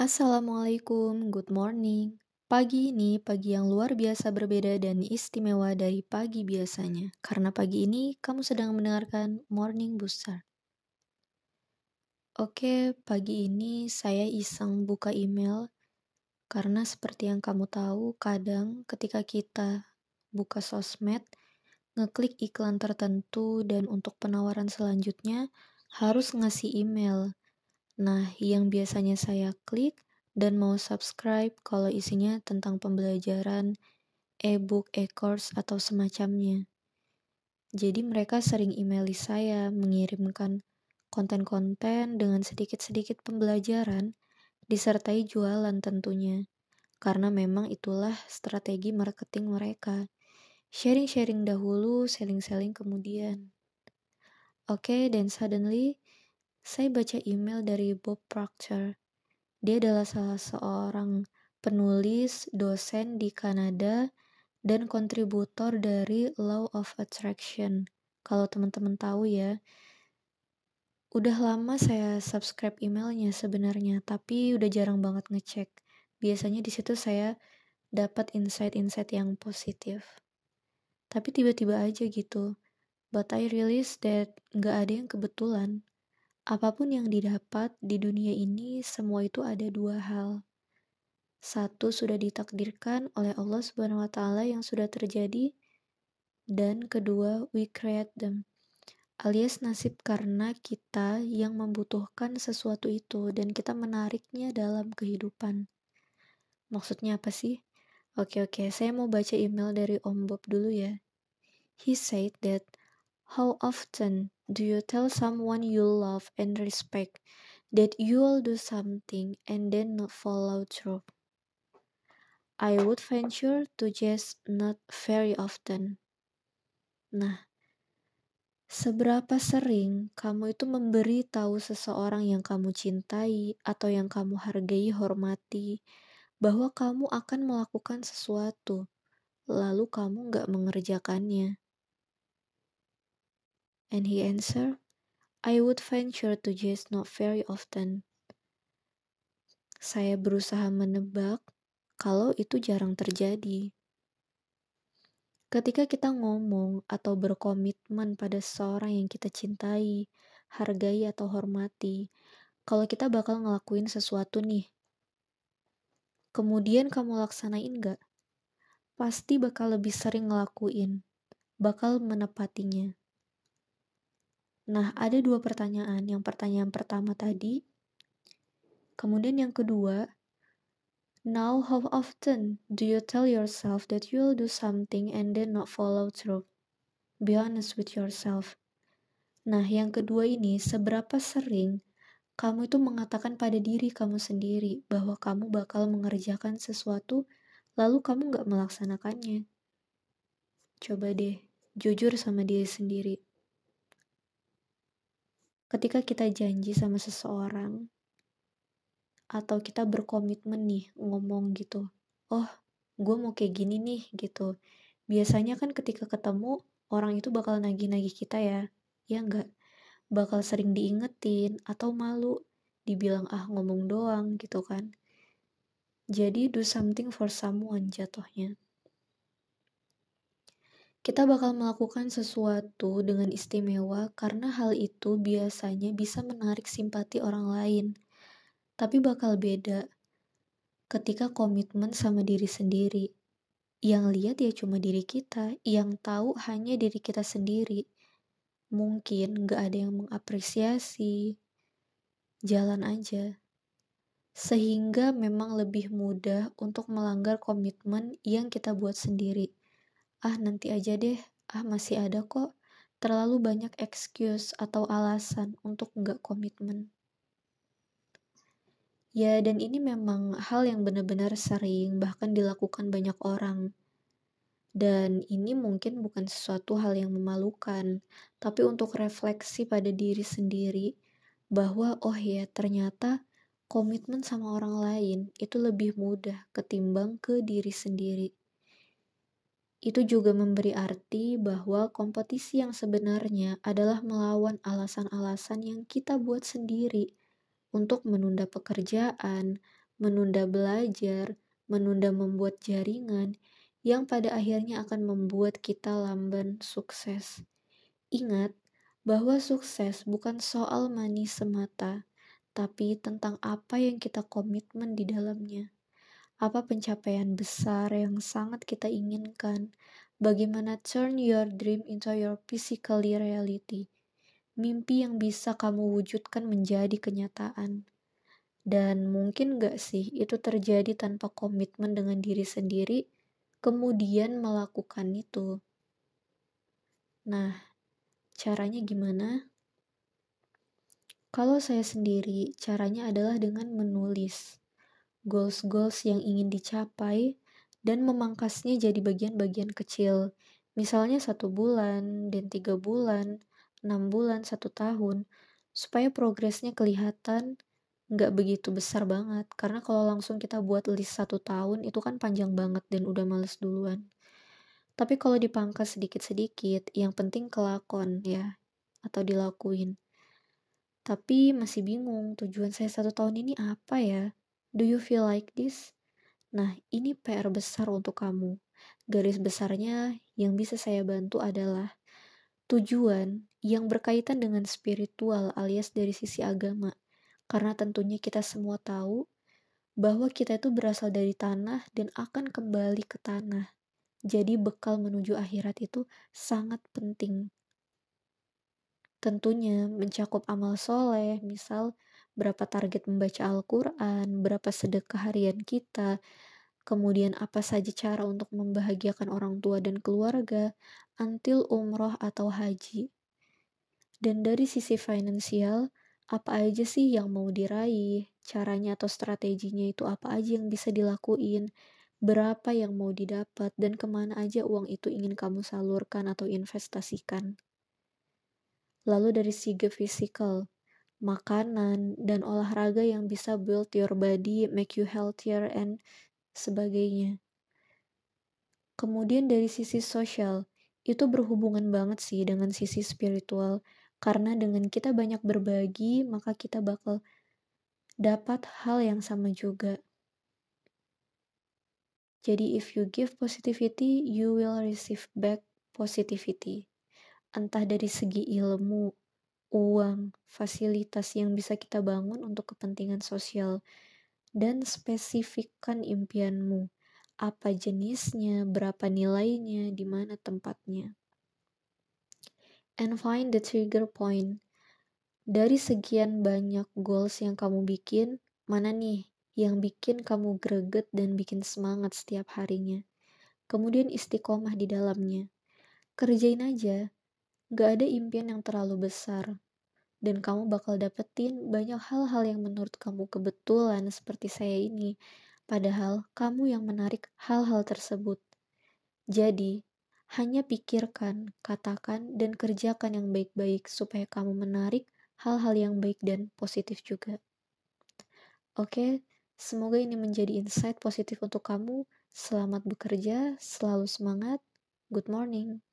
Assalamualaikum, good morning. Pagi ini pagi yang luar biasa berbeda dan istimewa dari pagi biasanya. Karena pagi ini kamu sedang mendengarkan Morning Booster. Oke, pagi ini saya iseng buka email karena seperti yang kamu tahu, kadang ketika kita buka sosmed, ngeklik iklan tertentu dan untuk penawaran selanjutnya harus ngasih email. Nah, yang biasanya saya klik dan mau subscribe kalau isinya tentang pembelajaran, e-book, e-course, atau semacamnya. Jadi mereka sering emaili saya mengirimkan konten-konten dengan sedikit-sedikit pembelajaran, disertai jualan tentunya. Karena memang itulah strategi marketing mereka. Sharing-sharing dahulu, selling-selling kemudian. Oke, dan suddenly saya baca email dari Bob Proctor. Dia adalah salah seorang penulis, dosen di Kanada, dan kontributor dari Law of Attraction. Kalau teman-teman tahu ya, udah lama saya subscribe emailnya sebenarnya, tapi udah jarang banget ngecek. Biasanya di situ saya dapat insight-insight yang positif. Tapi tiba-tiba aja gitu. But I realize that nggak ada yang kebetulan. Apapun yang didapat di dunia ini, semua itu ada dua hal. Satu sudah ditakdirkan oleh Allah Subhanahu wa Ta'ala yang sudah terjadi, dan kedua we create them, alias nasib karena kita yang membutuhkan sesuatu itu dan kita menariknya dalam kehidupan. Maksudnya apa sih? Oke, saya mau baca email dari Om Bob dulu ya. He said that, how often do you tell someone you love and respect that you will do something and then not follow through? I would venture to guess not very often. Nah, seberapa sering kamu itu memberi tahu seseorang yang kamu cintai atau yang kamu hargai, hormati, bahwa kamu akan melakukan sesuatu, lalu kamu nggak mengerjakannya? And he answered, I would venture to guess not very often. Saya berusaha menebak kalau itu jarang terjadi. Ketika kita ngomong atau berkomitmen pada seseorang yang kita cintai, hargai atau hormati, kalau kita bakal ngelakuin sesuatu nih, kemudian kamu laksanain gak? Pasti bakal lebih sering ngelakuin, bakal menepatinya. Nah, ada dua pertanyaan. Yang pertanyaan pertama tadi, kemudian yang kedua, now how often do you tell yourself that you'll do something and then not follow through? Be honest with yourself. Nah, yang kedua ini, seberapa sering kamu itu mengatakan pada diri kamu sendiri bahwa kamu bakal mengerjakan sesuatu, lalu kamu gak melaksanakannya. Coba deh, jujur sama diri sendiri. Ketika kita janji sama seseorang, atau kita berkomitmen nih, ngomong gitu, oh, gue mau kayak gini nih, gitu. Biasanya kan ketika ketemu, orang itu bakal nagih-nagih kita ya, ya enggak? Bakal sering diingetin, atau malu, dibilang ngomong doang, gitu kan. Jadi do something for someone jatuhnya. Kita bakal melakukan sesuatu dengan istimewa karena hal itu biasanya bisa menarik simpati orang lain. Tapi bakal beda ketika komitmen sama diri sendiri. Yang lihat ya cuma diri kita, yang tahu hanya diri kita sendiri. Mungkin gak ada yang mengapresiasi, jalan aja. Sehingga memang lebih mudah untuk melanggar komitmen yang kita buat sendiri. Nanti aja deh, masih ada kok. Terlalu banyak excuse atau alasan untuk nggak komitmen. Ya, dan ini memang hal yang benar-benar sering, bahkan dilakukan banyak orang. Dan ini mungkin bukan sesuatu hal yang memalukan, tapi untuk refleksi pada diri sendiri, bahwa oh ya ternyata komitmen sama orang lain itu lebih mudah ketimbang ke diri sendiri. Itu juga memberi arti bahwa kompetisi yang sebenarnya adalah melawan alasan-alasan yang kita buat sendiri untuk menunda pekerjaan, menunda belajar, menunda membuat jaringan, yang pada akhirnya akan membuat kita lamban sukses. Ingat bahwa sukses bukan soal money semata, tapi tentang apa yang kita komitmen di dalamnya. Apa pencapaian besar yang sangat kita inginkan? Bagaimana turn your dream into your physical reality? Mimpi yang bisa kamu wujudkan menjadi kenyataan. Dan mungkin gak sih itu terjadi tanpa komitmen dengan diri sendiri, kemudian melakukan itu. Nah, caranya gimana? Kalau saya sendiri, caranya adalah dengan menulis goals-goals yang ingin dicapai dan memangkasnya jadi bagian-bagian kecil. Misalnya 1 bulan, dan 3 bulan, 6 bulan, 1 tahun, supaya progresnya kelihatan nggak begitu besar banget. Karena kalau langsung kita buat list 1 tahun, itu kan panjang banget dan udah males duluan. Tapi kalau dipangkas sedikit-sedikit, yang penting kelakon ya, atau dilakuin. Tapi masih bingung tujuan saya 1 tahun ini apa ya? Do you feel like this? Nah, ini PR besar untuk kamu. Garis besarnya yang bisa saya bantu adalah tujuan yang berkaitan dengan spiritual alias dari sisi agama. Karena tentunya kita semua tahu bahwa kita itu berasal dari tanah dan akan kembali ke tanah. Jadi bekal menuju akhirat itu sangat penting. Tentunya mencakup amal soleh, misal berapa target membaca Al-Quran, berapa sedekah harian kita, kemudian apa saja cara untuk membahagiakan orang tua dan keluarga, until umroh atau haji. Dan dari sisi finansial, apa aja sih yang mau diraih, caranya atau strateginya itu apa aja yang bisa dilakuin, berapa yang mau didapat, dan kemana aja uang itu ingin kamu salurkan atau investasikan. Lalu dari segi fisikal, makanan, dan olahraga yang bisa build your body, make you healthier, and sebagainya. Kemudian dari sisi sosial, itu berhubungan banget sih dengan sisi spiritual, karena dengan kita banyak berbagi, maka kita bakal dapat hal yang sama juga. Jadi if you give positivity, you will receive back positivity. Entah dari segi ilmu, uang, fasilitas yang bisa kita bangun untuk kepentingan sosial, dan spesifikkan impianmu. Apa jenisnya, berapa nilainya, di mana tempatnya. And find the trigger point. Dari sekian banyak goals yang kamu bikin, mana nih yang bikin kamu greget dan bikin semangat setiap harinya. Kemudian istiqomah di dalamnya. Kerjain aja. Gak ada impian yang terlalu besar. Dan kamu bakal dapetin banyak hal-hal yang menurut kamu kebetulan seperti saya ini. Padahal kamu yang menarik hal-hal tersebut. Jadi, hanya pikirkan, katakan, dan kerjakan yang baik-baik supaya kamu menarik hal-hal yang baik dan positif juga. Oke, semoga ini menjadi insight positif untuk kamu. Selamat bekerja, selalu semangat. Good morning.